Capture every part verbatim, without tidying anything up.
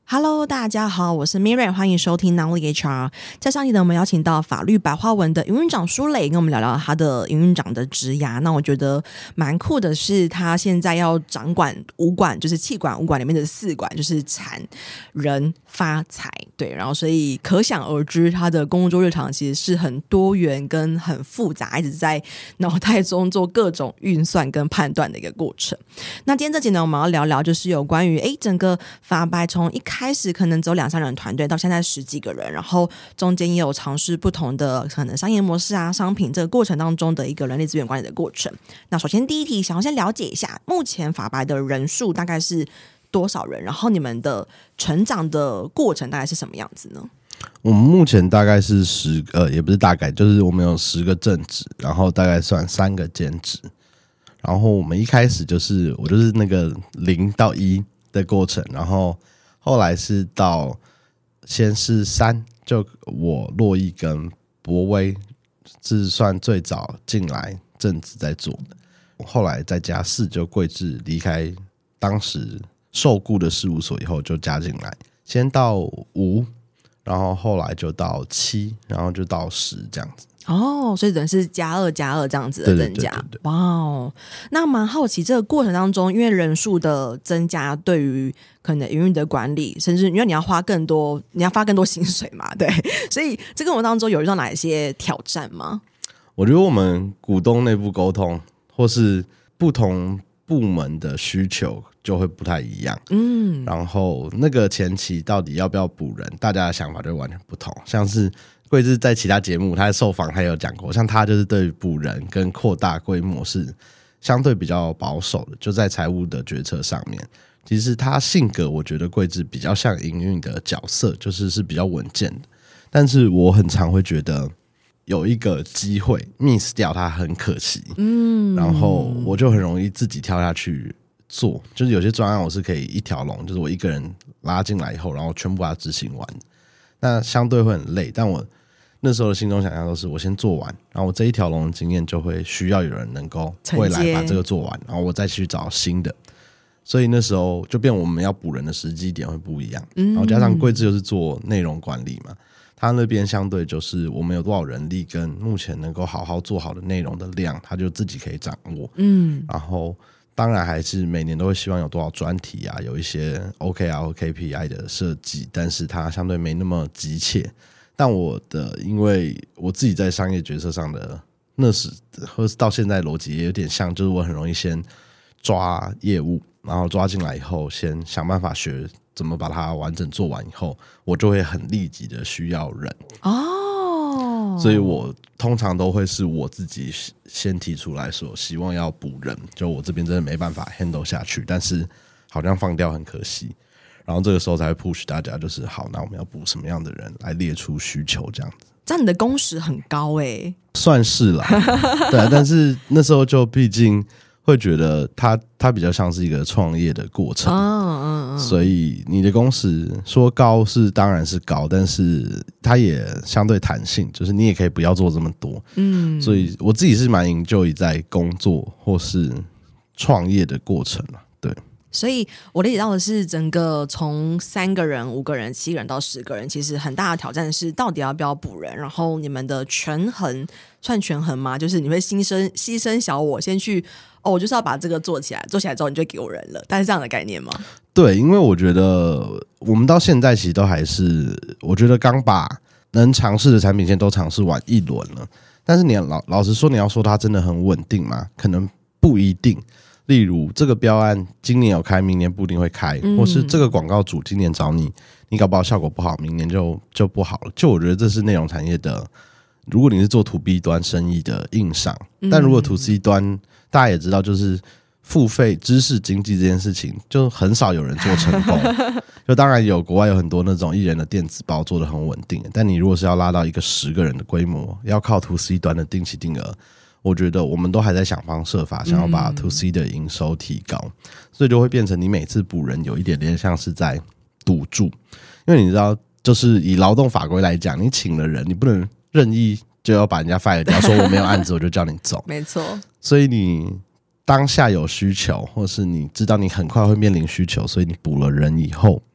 Hello， 大家好，我是 Miriam， 欢迎收听 Nowly H R。在上集呢，我们邀请到法律白话文的营运长舒磊，跟我们聊聊他的营运长的职涯。那我觉得蛮酷的是，他现在要掌管五管，就是企管、五管里面的四管，就是产、人、发、财。对，然后所以可想而知，他的工作日常其实是很多元跟很复杂，一直在脑袋中做各种运算跟判断的一个过程。那今天这集呢，我们要聊聊就是有关于诶整个法白从一开开始可能只有两三人团队，到现在十几个人，然后中间也有尝试不同的可能商业模式啊、商品这个过程当中的一个人力资源管理的过程。那首先第一题，想要先了解一下，目前法白的人数大概是多少人？然后你们的成长的过程大概是什么样子呢？ 我们目前大概是十呃，也不是大概，就是我们有十个正职，然后大概算三个兼职。然后我们一开始就是我就是那个零到一的过程，然后后来是到先是三，就我洛毅跟博威是算最早进来正职在做的，后来再加四，就桂智离开当时受雇的事务所以后就加进来，先到五，然后后来就到七，然后就到十这样子。 哦，所以等于是加二加二这样子的增加。哇哦，那蛮好奇这个过程当中，因为人数的增加对于可能营运的管理，甚至因为你要花更多，你要发更多薪水嘛，对，所以这个过程当中有遇到哪一些挑战吗？ 我觉得我们股东内部沟通或是不同部门的需求就会不太一样，嗯，然后那个前期到底要不要补人，大家的想法就完全不同。像是桂智在其他节目他受访他也有讲过，像他就是对于补人跟扩大规模是相对比较保守的，就在财务的决策上面。其实他性格我觉得桂智比较像营运的角色，就是是比较稳健的，但是我很常会觉得有一个机会 miss 掉它很可惜，嗯，然后我就很容易自己跳下去做，就是有些专案我是可以一条龙，就是我一个人拉进来以后，然后全部把它执行完，那相对会很累，但我那时候的心中想象都是我先做完，然后我这一条龙的经验就会需要有人能够未来把这个做完，然后我再去找新的，所以那时候就变我们要补人的时机点会不一样，然后加上桂智就是做内容管理嘛，他那边相对就是我们有多少人力跟目前能够好好做好的内容的量，他就自己可以掌握，嗯，然后当然还是每年都会希望有多少专题啊，有一些 O K R 或 K P I 的设计，但是它相对没那么急切。但我的因为我自己在商业决策上的那时或是到现在逻辑也有点像，就是我很容易先抓业务，然后抓进来以后先想办法学怎么把它完整做完以后，我就会很立即的需要人哦，所以我通常都会是我自己先提出来说希望要补人，就我这边真的没办法 handle 下去，但是好像放掉很可惜，然后这个时候才会 push 大家，就是好，那我们要补什么样的人来列出需求这样子。 这样你的工时很高欸。 算是啦，对啊，但是那时候就毕竟会觉得它它比较像是一个创业的过程，嗯嗯嗯，所以你的工时说高是当然是高，但是它也相对弹性，就是你也可以不要做这么多，嗯，所以我自己是蛮 enjoy 在工作或是创业的过程啦，对。 所以我理解到的是，整个从三个人、五个人、七个人到十个人，其实很大的挑战是到底要不要补人，然后你们的权衡算权衡吗？就是你会牺牲牺牲小我，先去哦，我就是要把这个做起来，做起来之后你就给我人了，但是这样的概念吗？ 对，因为我觉得我们到现在其实都还是，我觉得刚把能尝试的产品线都尝试完一轮了，但是你 老, 老实说，你要说它真的很稳定吗？可能不一定。例如这个标案今年有开，明年不一定会开，或是这个广告主今年找你，你搞不好效果不好，明年就就不好了。就我觉得这是内容产业的，如果你是做 to B 端生意的硬伤，但如果 to C 端，大家也知道，就是付费知识经济这件事情，就很少有人做成功。就当然有国外有很多那种艺人的电子报做得很稳定，但你如果是要拉到一个十个人的规模，要靠 to C 端的定期定额。我觉得我们都还在想方设法想要把 to C 的营收提高，嗯，所以就会变成你每次补人有一点点像是在赌注，因为你知道就是以劳动法规来讲，你请了人你不能任意就要把人家 fire 掉，说我没有案子我就叫你走， 没错， 所以你当下有需求，或是你知道你很快会面临需求，所以你补了人以后，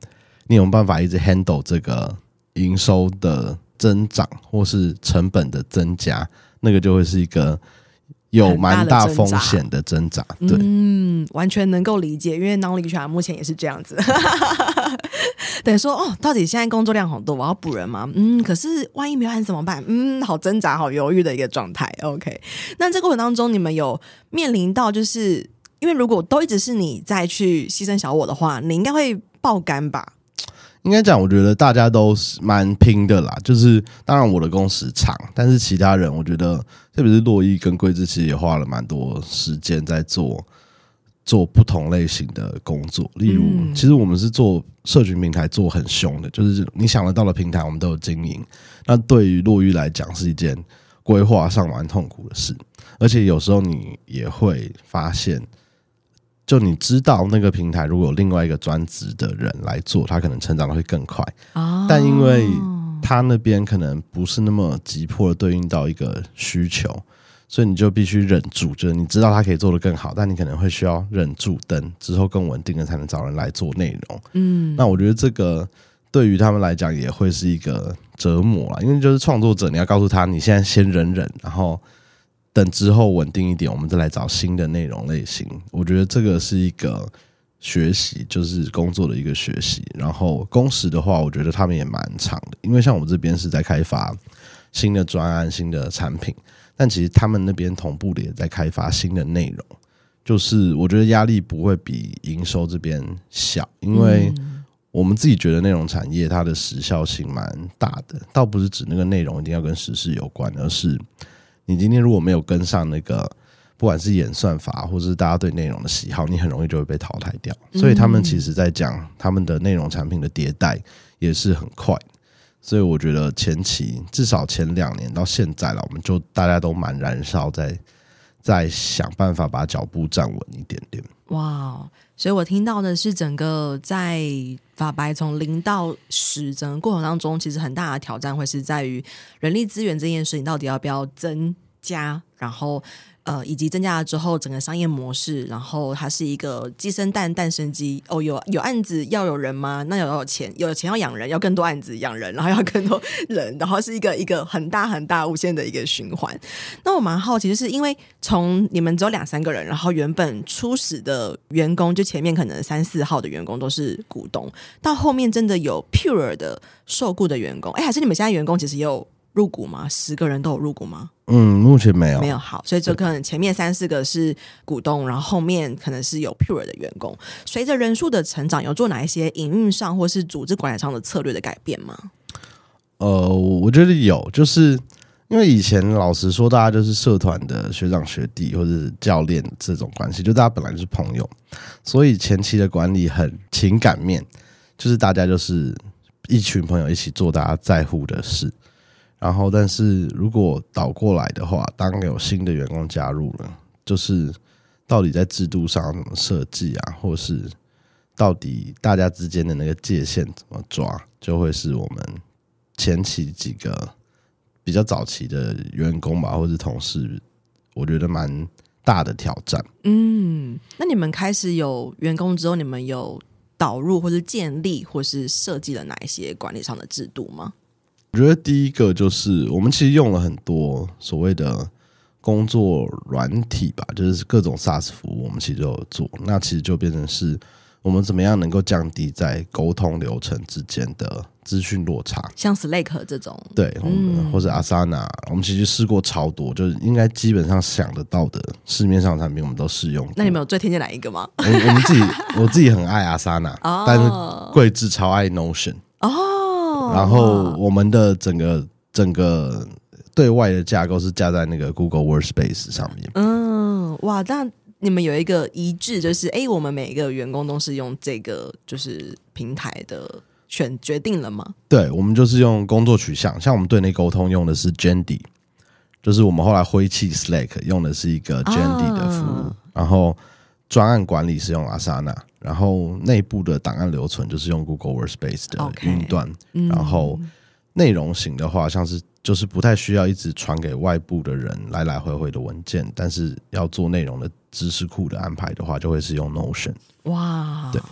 你有没有办法一直 handle 这个营收的增长或是成本的增加，那个就会是一个有蛮大风险的挣扎。对， 嗯，完全能够理解，因为 non-H R 目前也是这样子。等于说，哦，到底现在工作量好多，我要补人吗？嗯，可是万一没有案怎么办？嗯，好挣扎、好犹豫的一个状态。OK， 那这个过程当中，你们有面临到，就是因为如果都一直是你在去牺牲小我的话，你应该会爆肝吧？ 应该讲，我觉得大家都是蛮拼的啦。就是当然我的工时长，但是其他人，我觉得特别是洛伊跟桂枝，其实也花了蛮多时间在做做不同类型的工作。例如，嗯、其实我们是做社群平台，做很凶的，就是你想得到的平台，我们都有经营。那对于洛伊来讲，是一件规划上蛮痛苦的事，而且有时候你也会发现。就你知道那个平台如果有另外一个专职的人来做，他可能成长的会更快、哦、但因为他那边可能不是那么急迫的对应到一个需求，所以你就必须忍住，就是你知道他可以做得更好，但你可能会需要忍住，等之后更稳定的才能找人来做内容。嗯，那我觉得这个对于他们来讲也会是一个折磨啦，因为就是创作者你要告诉他你现在先忍忍，然后等之后稳定一点，我们再来找新的内容类型。我觉得这个是一个学习，就是工作的一个学习。然后工时的话，我觉得他们也蛮长的，因为像我们这边是在开发新的专案、新的产品，但其实他们那边同步的也在开发新的内容。就是我觉得压力不会比营收这边小，因为我们自己觉得内容产业它的时效性蛮大的，倒不是指那个内容一定要跟时事有关，而是你今天如果没有跟上那个不管是演算法或是大家对内容的喜好，你很容易就会被淘汰掉。所以他们其实在讲他们的内容产品的迭代也是很快，所以我觉得前期至少前两年到现在了，我们就大家都蛮燃烧在在想办法把脚步站稳一点点。 哇，所以我听到的是整个在法白从零到十整个过程当中，其实很大的挑战会是在于人力资源这件事情到底要不要增加，然后呃，以及增加了之后整个商业模式，然后它是一个鸡生蛋蛋生鸡哦，有有案子要有人吗？那有要有钱，有钱要养人，要更多案子养人，然后要更多人，然后是一个一个很大很大无限的一个循环。那我蛮好奇，就是因为从你们只有两三个人，然后原本初始的员工就前面可能三四号的员工都是股东，到后面真的有 pure 的受雇的员工，哎，还是你们现在员工其实也有入股吗？十个人都有入股吗？ 嗯，目前没有， 没有。好，所以就可能前面三四个是股东，然后后面可能是有 pure 的员工。随着人数的成长，有做哪一些营运上或是组织管理上的策略的改变吗？ 呃，我觉得有，就是因为以前老实说，大家就是社团的学长学弟或者是教练这种关系，就大家本来就是朋友，所以前期的管理很情感面，就是大家就是一群朋友一起做大家在乎的事。然后但是如果倒过来的话，当有新的员工加入了，就是到底在制度上怎么设计啊，或是到底大家之间的那个界限怎么抓，就会是我们前期几个比较早期的员工吧，或是同事，我觉得蛮大的挑战。 嗯，那你们开始有员工之后，你们有导入或是建立或是设计了哪一些管理上的制度吗？ 我觉得第一个就是我们其实用了很多所谓的工作软体吧，就是各种 SaaS 服务我们其实都有做，那其实就变成是我们怎么样能够降低在沟通流程之间的资讯落差， 像 Slack 这种， 对，嗯、或者 Asana， 我们其实试过超多，就是应该基本上想得到的市面上的产品我们都试用过。 那你们有最推荐哪一个吗？ 我, 我们自己我自己很爱 Asana，、哦、但是桂枝超爱 Notion 哦，然后我们的整个整个对外的架构是架在那个 Google Workspace 上面。 嗯，哇，但你们有一个一致，就是哎，我们每一个员工都是用这个就是平台的选决定了吗？ 对，我们就是用工作取向，像我们对内沟通用的是 Jandy， 就是我们后来挥弃 Slack 用的是一个 Jandy 的服务、啊、然后专案管理是用 Asana， 然后内部的档案留存就是用 Google Workspace 的云端、okay, 嗯、然后内容型的话像是就是不太需要一直传给外部的人来来回回的文件，但是要做内容的知识库的安排的话就会是用 Notion。 哇， 对，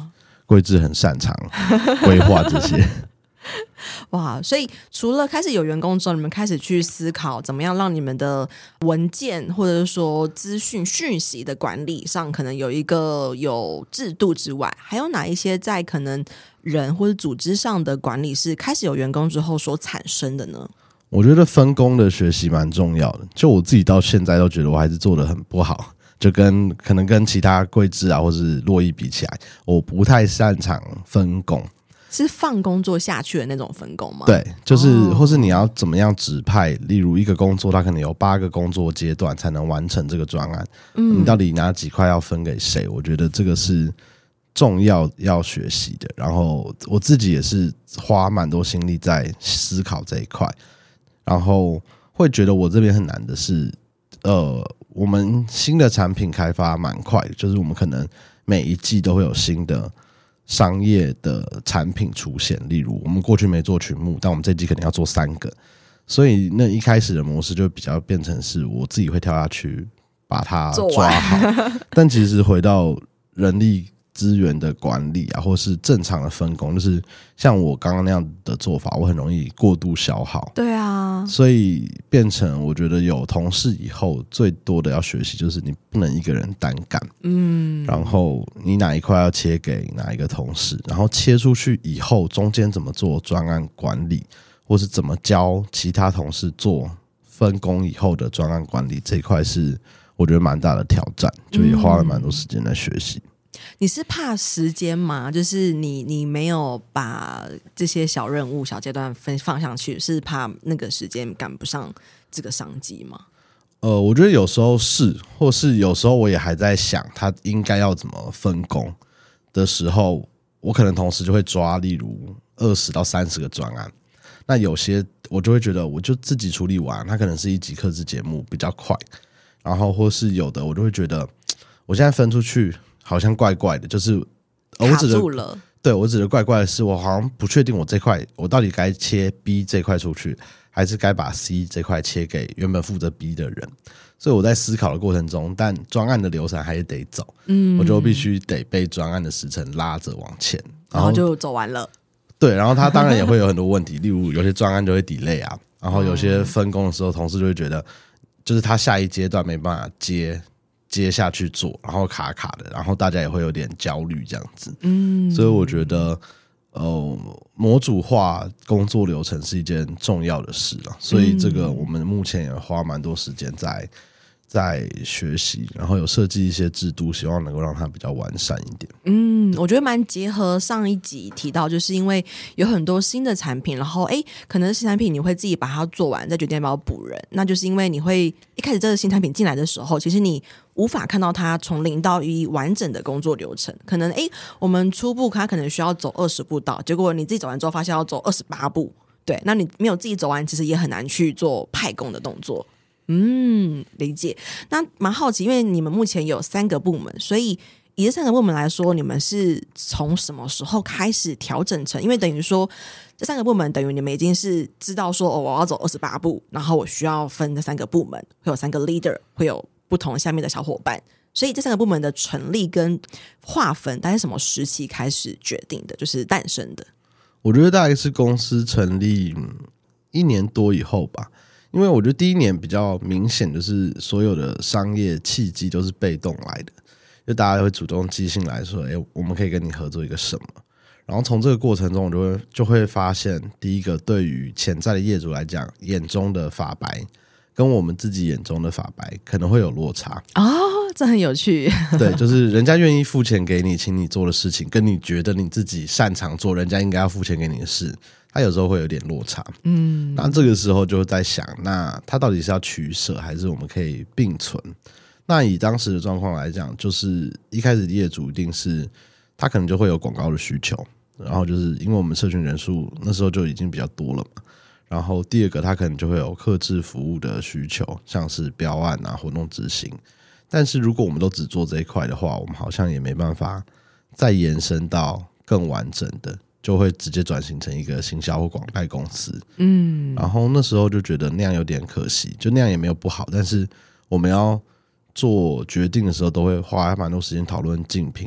桂枝很擅长规划这些。 哇，所以除了开始有员工之后，你们开始去思考怎么样让你们的文件或者说资讯讯息的管理上可能有一个有制度之外，还有哪一些在可能人或者组织上的管理是开始有员工之后所产生的呢？ 我觉得分工的学习蛮重要的，就我自己到现在都觉得我还是做得很不好，就跟可能跟其他桂枝啊或是洛邑比起来，我不太擅长分工。 是放工作下去的那种分工吗？ 对，就是、哦、或是你要怎么样指派，例如一个工作它可能有八个工作阶段才能完成这个专案、嗯、你到底哪几块要分给谁，我觉得这个是重要要学习的。然后我自己也是花蛮多心力在思考这一块，然后会觉得我这边很难的是呃，我们新的产品开发蛮快的，就是我们可能每一季都会有新的商业的产品出现，例如我们过去没做群募，但我们这季可能要做三个，所以那一开始的模式就比较变成是我自己会跳下去把它抓好，但其实回到人力资源的管理啊，或是正常的分工，就是像我刚刚那样的做法，我很容易过度消耗。 对啊， 所以变成我觉得有同事以后最多的要学习就是你不能一个人单干，嗯，然后你哪一块要切给哪一个同事，然后切出去以后中间怎么做专案管理，或是怎么教其他同事做分工以后的专案管理，这一块是我觉得蛮大的挑战，就也花了蛮多时间来学习。 你是怕时间吗？就是你你没有把这些小任务小阶段分放上去，是怕那个时间赶不上这个商机吗？ 呃，我觉得有时候是，或是有时候我也还在想他应该要怎么分工的时候，我可能同时就会抓例如二十到三十个专案，那有些我就会觉得我就自己处理完，它可能是一集客制节目比较快，然后或是有的我就会觉得我现在分出去好像怪怪的，就是我指的卡住了。 对，我指的怪怪的是，我好像不确定我这块我到底该切 B 这块出去，还是该把 C 这块切给原本负责 B 的人。所以我在思考的过程中，但专案的流程还是得走，嗯，我就必须得被专案的时程拉着往前， 然后, 然后就走完了。 对，然后他当然也会有很多问题，例如有些专案就会 delay 啊，然后有些分工的时候，同事就会觉得，就是他下一阶段没办法接。接下去做，然后卡卡的，然后大家也会有点焦虑这样子。嗯，所以我觉得，呃，模组化工作流程是一件重要的事了。所以这个我们目前也花蛮多时间在在学习，然后有设计一些制度，希望能够让它比较完善一点。 嗯，我觉得蛮结合上一集提到，就是因为有很多新的产品，然后哎，可能新产品你会自己把它做完，再决定要不要补人。那就是因为你会一开始这个新产品进来的时候，其实你无法看到它从零到一完整的工作流程，可能哎，我们初步它可能需要走二十步到，结果你自己走完之后发现要走二十八步，对，那你没有自己走完，其实也很难去做派工的动作。嗯，理解。那蛮好奇，因为你们目前有三个部门，所以以这三个部门来说，你们是从什么时候开始调整成？因为等于说这三个部门等于你们已经是知道说、哦、我要走二十八步，然后我需要分这三个部门，会有三个 leader， 会有不同下面的小伙伴，所以这三个部门的成立跟划分大概什么时期开始决定的，就是诞生的？ 我觉得大概是公司成立、嗯、一年多以后吧。因为我觉得第一年比较明显，就是所有的商业契机都是被动来的，就大家会主动寄信来说，哎，我们可以跟你合作一个什么。然后从这个过程中，我就会就会发现，第一个对于潜在的业主来讲，眼中的法白跟我们自己眼中的法白可能会有落差。 哦，这很有趣。 对，就是人家愿意付钱给你，请你做的事情，跟你觉得你自己擅长做，人家应该要付钱给你的事，他有时候会有点落差。嗯，那这个时候就在想，那他到底是要取舍，还是我们可以并存？那以当时的状况来讲，就是一开始业主一定是他可能就会有广告的需求，然后就是因为我们社群人数那时候就已经比较多了嘛。然后第二个，他可能就会有客制服务的需求，像是标案啊、活动执行。但是如果我们都只做这一块的话，我们好像也没办法再延伸到更完整的，就会直接转型成一个行销或广代公司。嗯，然后那时候就觉得那样有点可惜，就那样也没有不好，但是我们要做决定的时候都会花蛮多时间讨论竞品啦，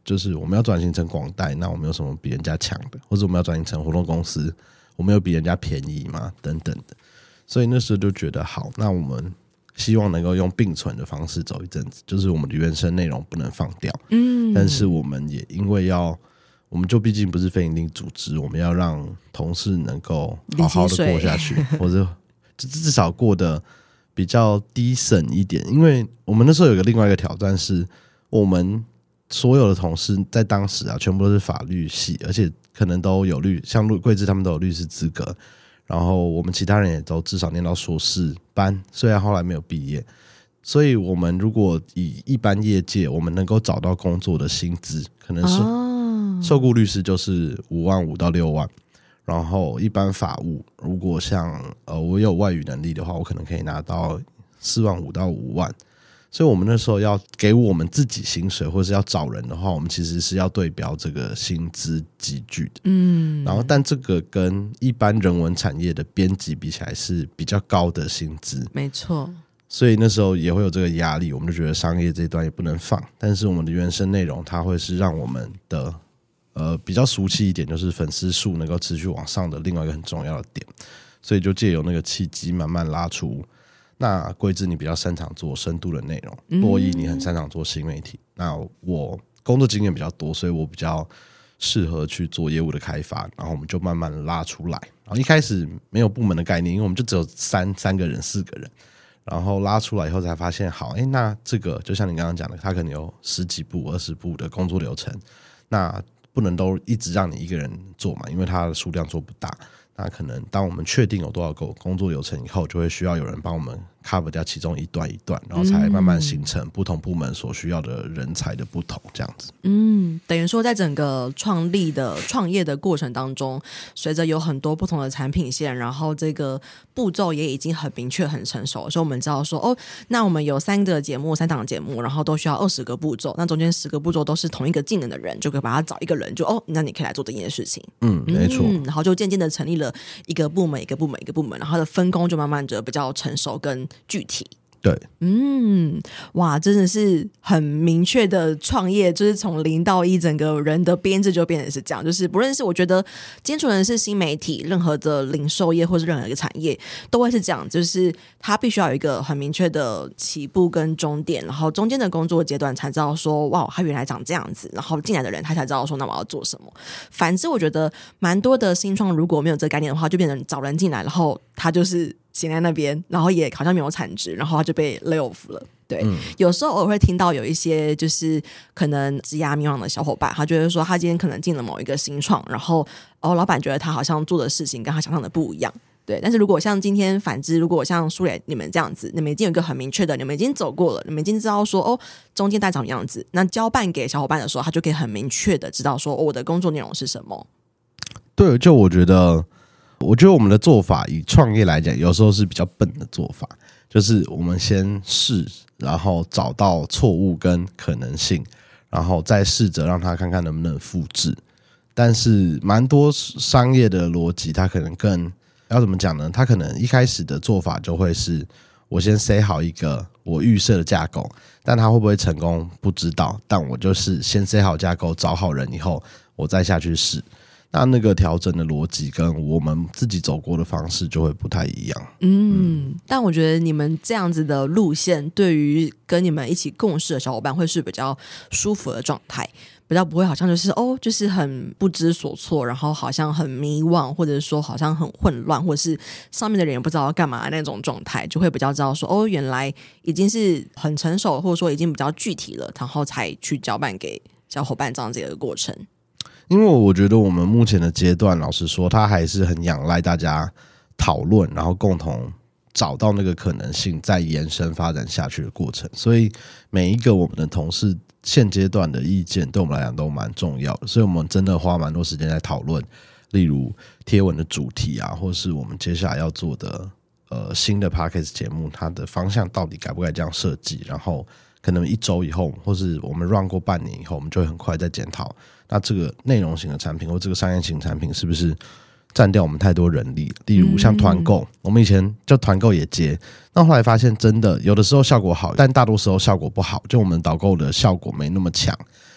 就是我们要转型成广代，那我们有什么比人家强的？或者我们要转型成活动公司，我们有比人家便宜吗？等等的。所以那时候就觉得好，那我们希望能够用并存的方式走一阵子，就是我们的原生内容不能放掉，嗯，但是我们也因为要，我们就毕竟不是非营利组织，我们要让同事能够好好的过下去，或者至少过得比较低省一点。因为我们那时候有个另外一个挑战是，我们所有的同事在当时啊，全部都是法律系，而且可能都有律，像桂枝他们都有律师资格。然后我们其他人也都至少念到硕士班，虽然后来没有毕业，所以我们如果以一般业界我们能够找到工作的薪资，可能是受雇律师就是五万五到六万，然后一般法务如果像呃我有外语能力的话，我可能可以拿到四万五到五万。所以我们那时候要给我们自己薪水，或是要找人的话，我们其实是要对标这个薪资集聚的。嗯，然后但这个跟一般人文产业的编辑比起来是比较高的薪资， 没错。 所以那时候也会有这个压力，我们就觉得商业这一段也不能放，但是我们的原生内容它会是让我们的呃比较俗气一点，就是粉丝数能够持续往上的另外一个很重要的点，所以就借由那个契机慢慢拉出。那桂枝你比较擅长做深度的内容，洛伊你很擅长做新媒体，那我工作经验比较多，所以我比较适合去做业务的开发，然后我们就慢慢拉出来。然后一开始没有部门的概念，因为我们就只有三三个人四个人，然后拉出来以后才发现好，诶，那这个就像你刚刚讲的，它可能有十几步二十步的工作流程，那不能都一直让你一个人做嘛，因为它的数量做不大。那可能当我们确定有多少个工作流程以后，就会需要有人帮我们 cover 掉其中一段一段，然后才慢慢形成不同部门所需要的人才的不同，这样子。 嗯，等于说在整个创立的创业的过程当中，随着有很多不同的产品线，然后这个步骤也已经很明确很成熟，所以我们知道说哦，那我们有三个节目三档节目，然后都需要二十个步骤，那中间十个步骤都是同一个技能的人，就可以把他找一个人，就哦，那你可以来做这件事情。嗯，没错。嗯，然后就渐渐的成立了一个部门一个部门一个部门，然后它的分工就慢慢的比较成熟跟具体。 对， 嗯，哇，真的是很明确的创业，就是从零到一，整个人的编制就变成是这样。就是不论是我觉得今天除了是新媒体，任何的零售业或是任何一个产业都会是这样，就是它必须要有一个很明确的起步跟终点，然后中间的工作阶段才知道说，哇，他原来长这样子，然后进来的人他才知道说，那我要做什么。反之，我觉得蛮多的新创如果没有这个概念的话，就变成找人进来，然后他就是闲在那边，然后也好像没有产值，然后他就被 lay off 了。对、嗯，有时候偶尔会听到有一些就是可能职涯迷惘的小伙伴，他觉得说他今天可能进了某一个新创，然后哦，老板觉得他好像做的事情跟他想象的不一样。对，但是如果像今天反之，如果像舒磊你们这样子，你们已经有一个很明确的，你们已经走过了，你们已经知道说哦，中间大长样子，那交办给小伙伴的时候，他就可以很明确的知道说、哦、我的工作内容是什么。 对，就我觉得。我觉得我们的做法以创业来讲，有时候是比较笨的做法，就是我们先试，然后找到错误跟可能性，然后再试着让他看看能不能复制。但是蛮多商业的逻辑，它可能更要怎么讲呢？它可能一开始的做法就会是我先 say 好一个我预设的架构，但它会不会成功不知道，但我就是先 say 好架构，找好人以后，我再下去试。那那个调整的逻辑跟我们自己走过的方式就会不太一样。 嗯，嗯，但我觉得你们这样子的路线，对于跟你们一起共事的小伙伴会是比较舒服的状态，比较不会好像就是哦，就是很不知所措，然后好像很迷惘，或者说好像很混乱，或者是上面的人也不知道要干嘛那种状态，就会比较知道说哦，原来已经是很成熟，或者说已经比较具体了，然后才去交办给小伙伴这样子的过程。 因为我觉得我们目前的阶段，老实说，它还是很仰赖大家讨论，然后共同找到那个可能性，再延伸发展下去的过程。所以每一个我们的同事现阶段的意见，对我们来讲都蛮重要的。所以我们真的花蛮多时间在讨论，例如贴文的主题啊，或是我们接下来要做的呃新的 Podcast 节目，它的方向到底该不该这样设计，然后可能一周以后，或是我们 run 过半年以后，我们就会很快再检讨，那这个内容型的产品或这个商业型产品是不是占掉我们太多人力？例如像团购、嗯、我们以前就团购也接，那后来发现真的有的时候效果好，但大多时候效果不好，就我们导购的效果没那么强。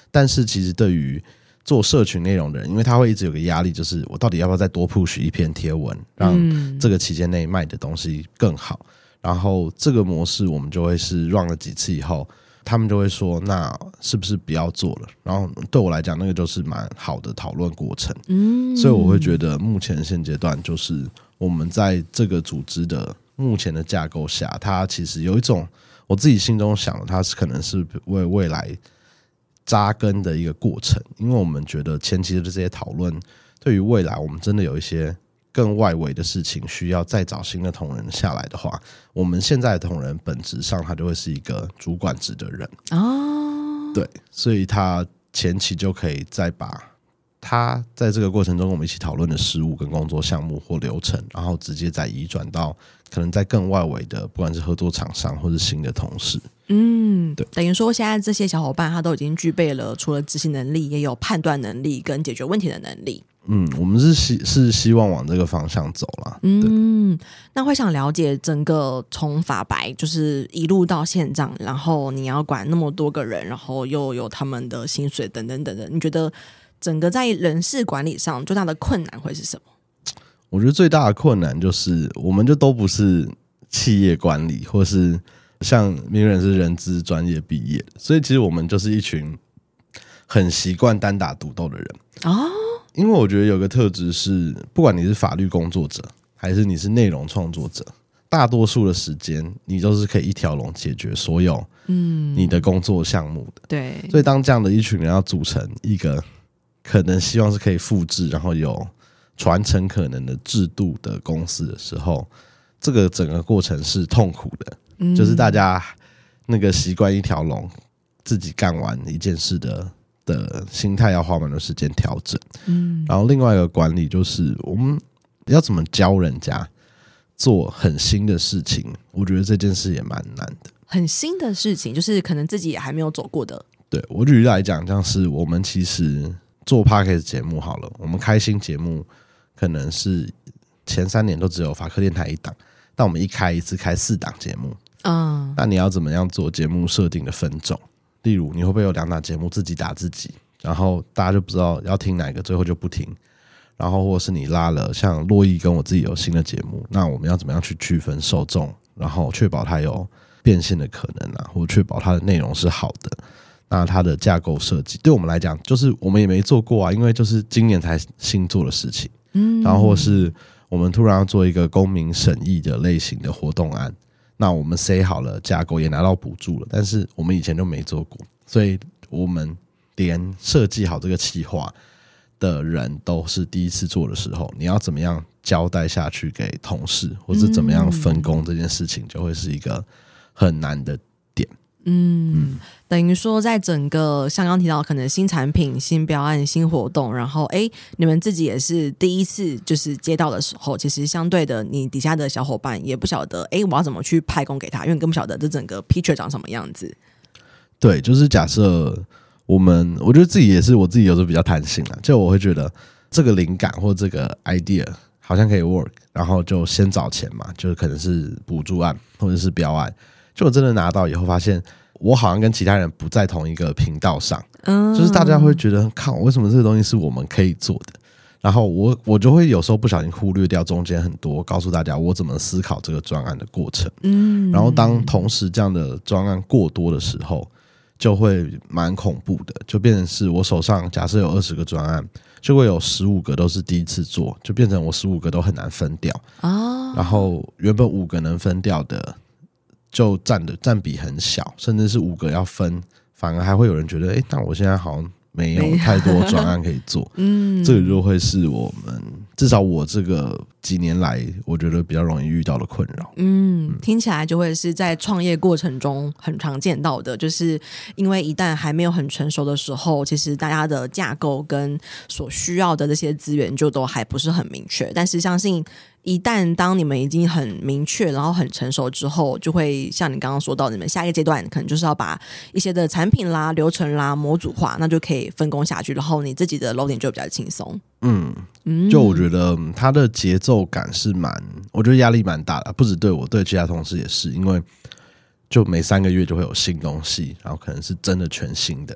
但是其实对于做社群内容的人，因为他会一直有个压力，就是我到底要不要再多 push 一篇贴文，让这个期间内卖的东西更好。然后这个模式我们就会是 run 了几次以后，他们就会说那是不是不要做了，然后对我来讲那个就是蛮好的讨论过程。嗯，所以我会觉得目前现阶段就是我们在这个组织的目前的架构下，它其实有一种我自己心中想的，它是可能是为未来扎根的一个过程，因为我们觉得前期的这些讨论对于未来我们真的有一些更外围的事情需要再找新的同仁下来的话，我们现在的同仁本质上他就会是一个主管职的人哦，对，所以他前期就可以再把他在这个过程中我们一起讨论的事务跟工作项目或流程，然后直接再移转到可能在更外围的不管是合作厂商或是新的同事。嗯，对， 等于说现在这些小伙伴他都已经具备了除了执行能力也有判断能力跟解决问题的能力。 嗯，我们是希是希望往这个方向走啦。 嗯，那会想了解整个从法白就是一路到现在，然后你要管那么多个人，然后又有他们的薪水等等等等，你觉得整个在人事管理上最大的困难会是什么？ 我觉得最大的困难就是我们就都不是企业管理，或是像明人是人资专业毕业的，所以其实我们就是一群很习惯单打独斗的人哦。因为我觉得有个特质是，不管你是法律工作者还是你是内容创作者，大多数的时间你都是可以一条龙解决所有你的工作项目的。 对， 所以当这样的一群人要组成一个可能希望是可以复制然后有传承可能的制度的公司的时候，这个整个过程是痛苦的，嗯、就是大家那个习惯一条龙自己干完一件事的的心态要花蛮多时间调整。嗯，然后另外一个管理就是我们要怎么教人家做很新的事情，我觉得这件事也蛮难的。 很新的事情就是可能自己也还没有走过的。 对，我举例来讲，像是我们其实做 Podcast 节目好了，我们开新节目可能是前三年都只有法科电台一档，但我们一开一次开四档节目。嗯，那你要怎么样做节目设定的分众？例如你会不会有两档节目自己打自己，然后大家就不知道要听哪个，最后就不听。然后或者是你拉了像洛毅跟我自己有新的节目，那我们要怎么样去区分受众，然后确保它有变现的可能啊，或确保它的内容是好的。那它的架构设计对我们来讲就是我们也没做过啊，因为就是今年才新做的事情。嗯，然后或是我们突然要做一个公民审议的类型的活动案，那我们 say 好了架构也拿到补助了，但是我们以前就没做过，所以我们连设计好这个企划的人都是第一次做的时候，你要怎么样交代下去给同事，或是怎么样分工这件事情就会是一个很难的点。 嗯，嗯等于说在整个像刚提到可能新产品、新标案、新活动，然后哎，你们自己也是第一次就是接到的时候，其实相对的你底下的小伙伴也不晓得哎，我要怎么去派工给他，因为你更不晓得这整个 picture 长什么样子。 对，就是假设我们我觉得自己也是我自己有时候比较贪心啦，就我会觉得这个灵感或这个 idea 好像可以 work， 然后就先找钱嘛，就是可能是补助案或者是标案，就我真的拿到以后发现我好像跟其他人不在同一个频道上，嗯，就是大家会觉得靠，为什么这个东西是我们可以做的，然后我我就会有时候不小心忽略掉中间很多告诉大家我怎么思考这个专案的过程。嗯，然后当同时这样的专案过多的时候就会蛮恐怖的，就变成是我手上假设有二十个专案，就会有十五个都是第一次做，就变成我十五个都很难分掉。哦，然后原本五个能分掉的就占的占比很小，甚至是五个要分，反而还会有人觉得，哎，那我现在好像没有太多专案可以做。嗯，这个就会是我们至少我这个几年来我觉得比较容易遇到的困扰。 嗯，听起来就会是在创业过程中很常见到的，就是因为一旦还没有很成熟的时候，其实大家的架构跟所需要的这些资源就都还不是很明确，但是相信一旦当你们已经很明确然后很成熟之后，就会像你刚刚说到你们下一个阶段可能就是要把一些的产品啦流程啦模组化，那就可以分工下去，然后你自己的 loading 就比较轻松。嗯， 就我觉得它的节奏感是蛮，我觉得压力蛮大的，不止对我，对其他同事也是，因为就每三个月就会有新东西，然后可能是真的全新的，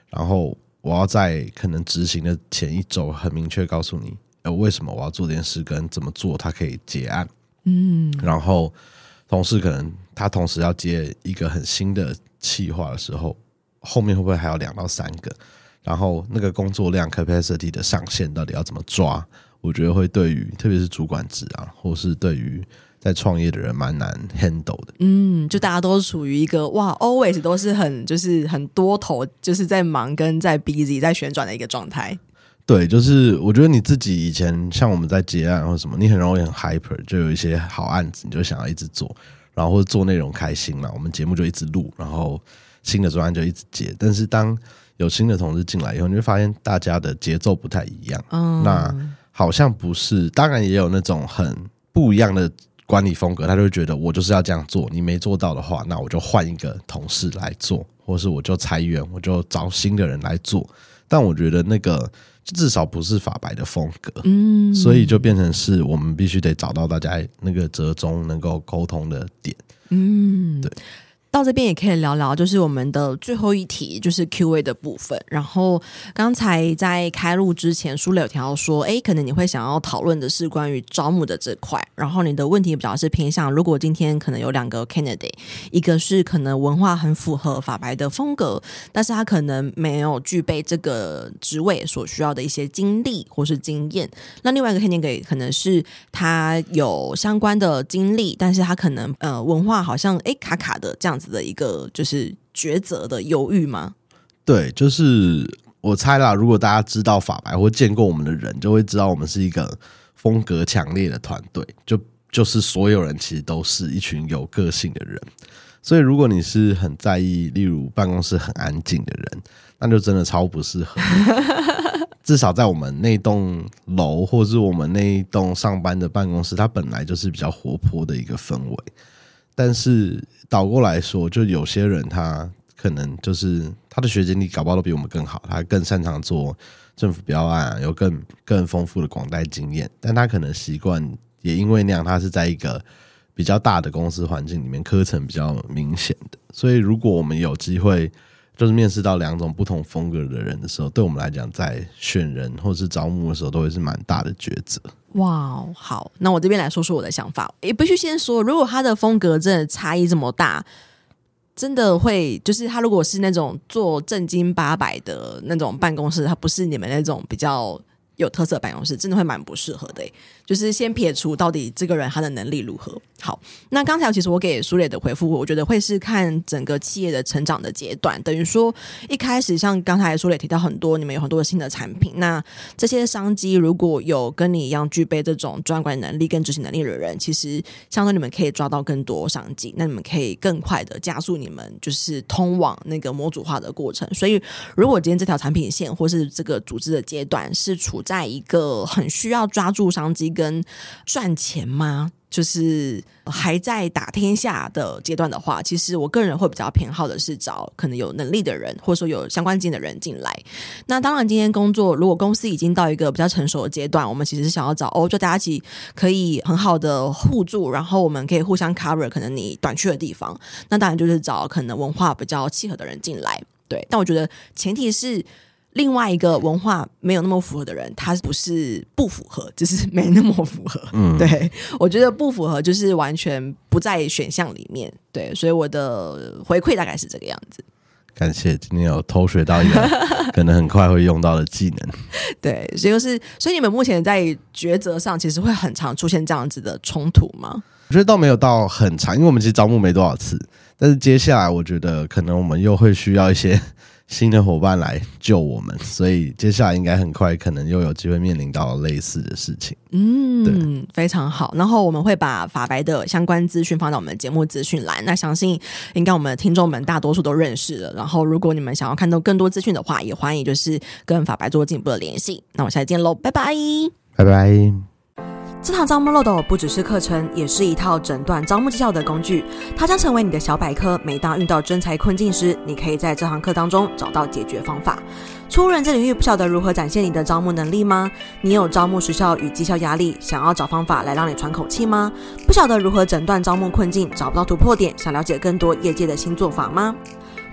然后我要在可能执行的前一周很明确告诉你，呃，为什么我要做这件事跟怎么做它可以结案。嗯，然后同事可能他同时要接一个很新的企划的时候，后面会不会还有两到三个，然后那个工作量 capacity 的上限到底要怎么抓，我觉得会对于特别是主管职啊，或是对于在创业的人蛮难 handle 的。 嗯，就大家都处于一个哇 always 都是很就是很多头，就是在忙跟在 busy 在旋转的一个状态。 对，就是我觉得你自己以前像我们在接案或什么，你很容易很 hyper， 就有一些好案子你就想要一直做，然后或者做内容开心嘛，我们节目就一直录，然后新的专案就一直接。但是当有新的同事进来以后，你会发现大家的节奏不太一样。嗯，那好像不是，当然也有那种很不一样的管理风格，他就会觉得我就是要这样做，你没做到的话，那我就换一个同事来做，或是我就裁员，我就找新的人来做。但我觉得那个至少不是法白的风格，嗯，所以就变成是我们必须得找到大家那个折中能够沟通的点。嗯，对。 到这边也可以聊聊，就是我们的最后一题，就是 Q A 的部分。然后刚才在开录之前，书磊有提到说，哎，可能你会想要讨论的是关于招募的这块。然后你的问题比较是偏向，如果今天可能有两个 candidate， 一个是可能文化很符合法白的风格，但是他可能没有具备这个职位所需要的一些经历或是经验。那另外一个 candidate 可能是他有相关的经历，但是他可能呃文化好像哎卡卡的这样子的一个就是抉择的犹豫吗？ 对，就是我猜啦，如果大家知道法白或见过我们的人，就会知道我们是一个风格强烈的团队，就就是所有人其实都是一群有个性的人。所以如果你是很在意例如办公室很安静的人，那就真的超不适合至少在我们那栋楼或是我们那一栋上班的办公室，它本来就是比较活泼的一个氛围。但是倒过来说，就有些人他可能就是他的学经历搞不好都比我们更好，他更擅长做政府标案、啊、有更更丰富的广代经验，但他可能习惯也因为那样，他是在一个比较大的公司环境里面，科层比较明显的。所以如果我们有机会就是面试到两种不同风格的人的时候，对我们来讲在选人或是招募的时候都会是蛮大的抉择。 哇，好，那我这边来说说我的想法。也必须先说，如果他的风格真的差异这么大，真的会就是他如果是那种做正经八百的那种办公室，他不是你们那种比较有特色办公室，真的会蛮不适合的。就是先撇除到底这个人他的能力如何。好，那刚才其实我给书磊的回复，我觉得会是看整个企业的成长的阶段，等于说一开始像刚才书磊提到很多，你们有很多的新的产品，那这些商机如果有跟你一样具备这种专案管理能力跟执行能力的人，其实相对你们可以抓到更多商机，那你们可以更快的加速你们就是通往那个模组化的过程。所以如果今天这条产品线或是这个组织的阶段是处在一个很需要抓住商机跟赚钱吗，就是还在打天下的阶段的话，其实我个人会比较偏好的是找可能有能力的人，或者说有相关经验的人进来。那当然今天工作如果公司已经到一个比较成熟的阶段，我们其实是想要找哦，就大家一起可以很好的互助，然后我们可以互相 cover 可能你短缺的地方，那当然就是找可能文化比较契合的人进来。对，但我觉得前提是另外一个文化没有那么符合的人，他不是不符合，只是没那么符合。嗯，对，我觉得不符合就是完全不在选项里面。对，所以我的回馈大概是这个样子。 感谢，今天有偷学到一个可能很快会用到的技能。 对，所以就是所以你们目前在抉择上其实会很常出现这样子的冲突吗？ 我觉得倒没有到很长，因为我们其实招募没多少次，但是接下来我觉得可能我们又会需要一些新的伙伴来救我们，所以接下来应该很快可能又有机会面临到类似的事情。 嗯，非常好。然后我们会把法白的相关资讯放到我们的节目资讯栏，那相信应该我们的听众们大多数都认识了。然后如果你们想要看到更多资讯的话，也欢迎就是跟法白做进一步的联系。那我们下次见喽，拜拜， 拜拜。 这堂招募漏斗不只是课程，也是一套诊断招募绩效的工具，它将成为你的小百科。每当遇到真才困境时，你可以在这堂课当中找到解决方法。初入人这领域，不晓得如何展现你的招募能力吗？你有招募时效与绩效压力，想要找方法来让你喘口气吗？不晓得如何诊断招募困境，找不到突破点，想了解更多业界的新做法吗？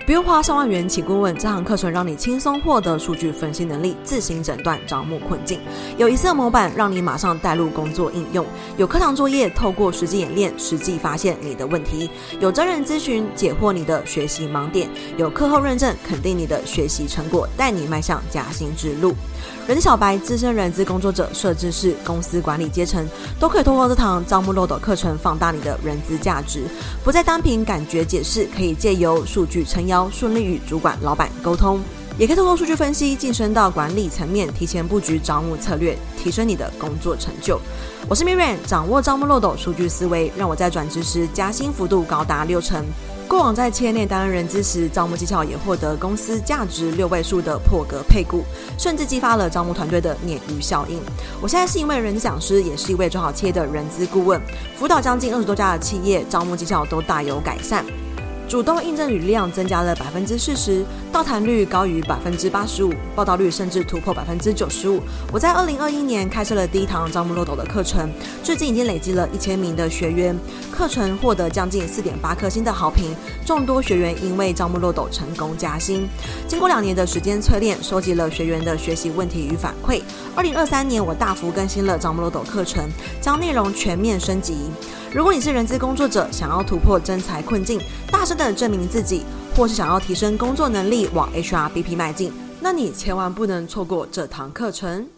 不用花上万元请顾问，这堂课程让你轻松获得数据分析能力，自行诊断招募困境。有一次的模板让你马上带入工作应用，有课堂作业透过实际演练实际发现你的问题，有真人咨询解惑你的学习盲点，有课后认证肯定你的学习成果，带你迈向加薪之路。人资小白、资深人资工作者、设置师、公司管理阶层都可以透过这堂招募漏斗课程放大你的人资价值，不再单凭感觉解释，可以借由数据撑腰，顺利与主管、老板沟通，也可以透过数据分析晋升到管理层面，提前布局招募策略，提升你的工作成就。我是 Miriam， 掌握招募漏斗数据思维，让我在转职时加薪幅度高达六成。过往在企业内担任人资时，招募绩效也获得公司价值六位数的破格配股，甚至激发了招募团队的鲶鱼效应。我现在是一位人资讲师，也是一位中小企业的人资顾问，辅导将近二十多家的企业，招募绩效都大有改善。主动应征履历量增加了百分之四十，到谈率高于百分之八十五，报道率甚至突破百分之九十五。我在二零二一年开设了第一堂招募漏斗的课程，至今已经累积了一千名的学员，课程获得将近四点八颗星的好评，众多学员因为招募漏斗成功加薪。经过两年的时间淬炼，收集了学员的学习问题与反馈。二零二三年我大幅更新了招募漏斗课程，将内容全面升级。如果你是人资工作者，想要突破征才困境，大声的证明自己，或是想要提升工作能力，往 H R B P 迈进，那你千万不能错过这堂课程。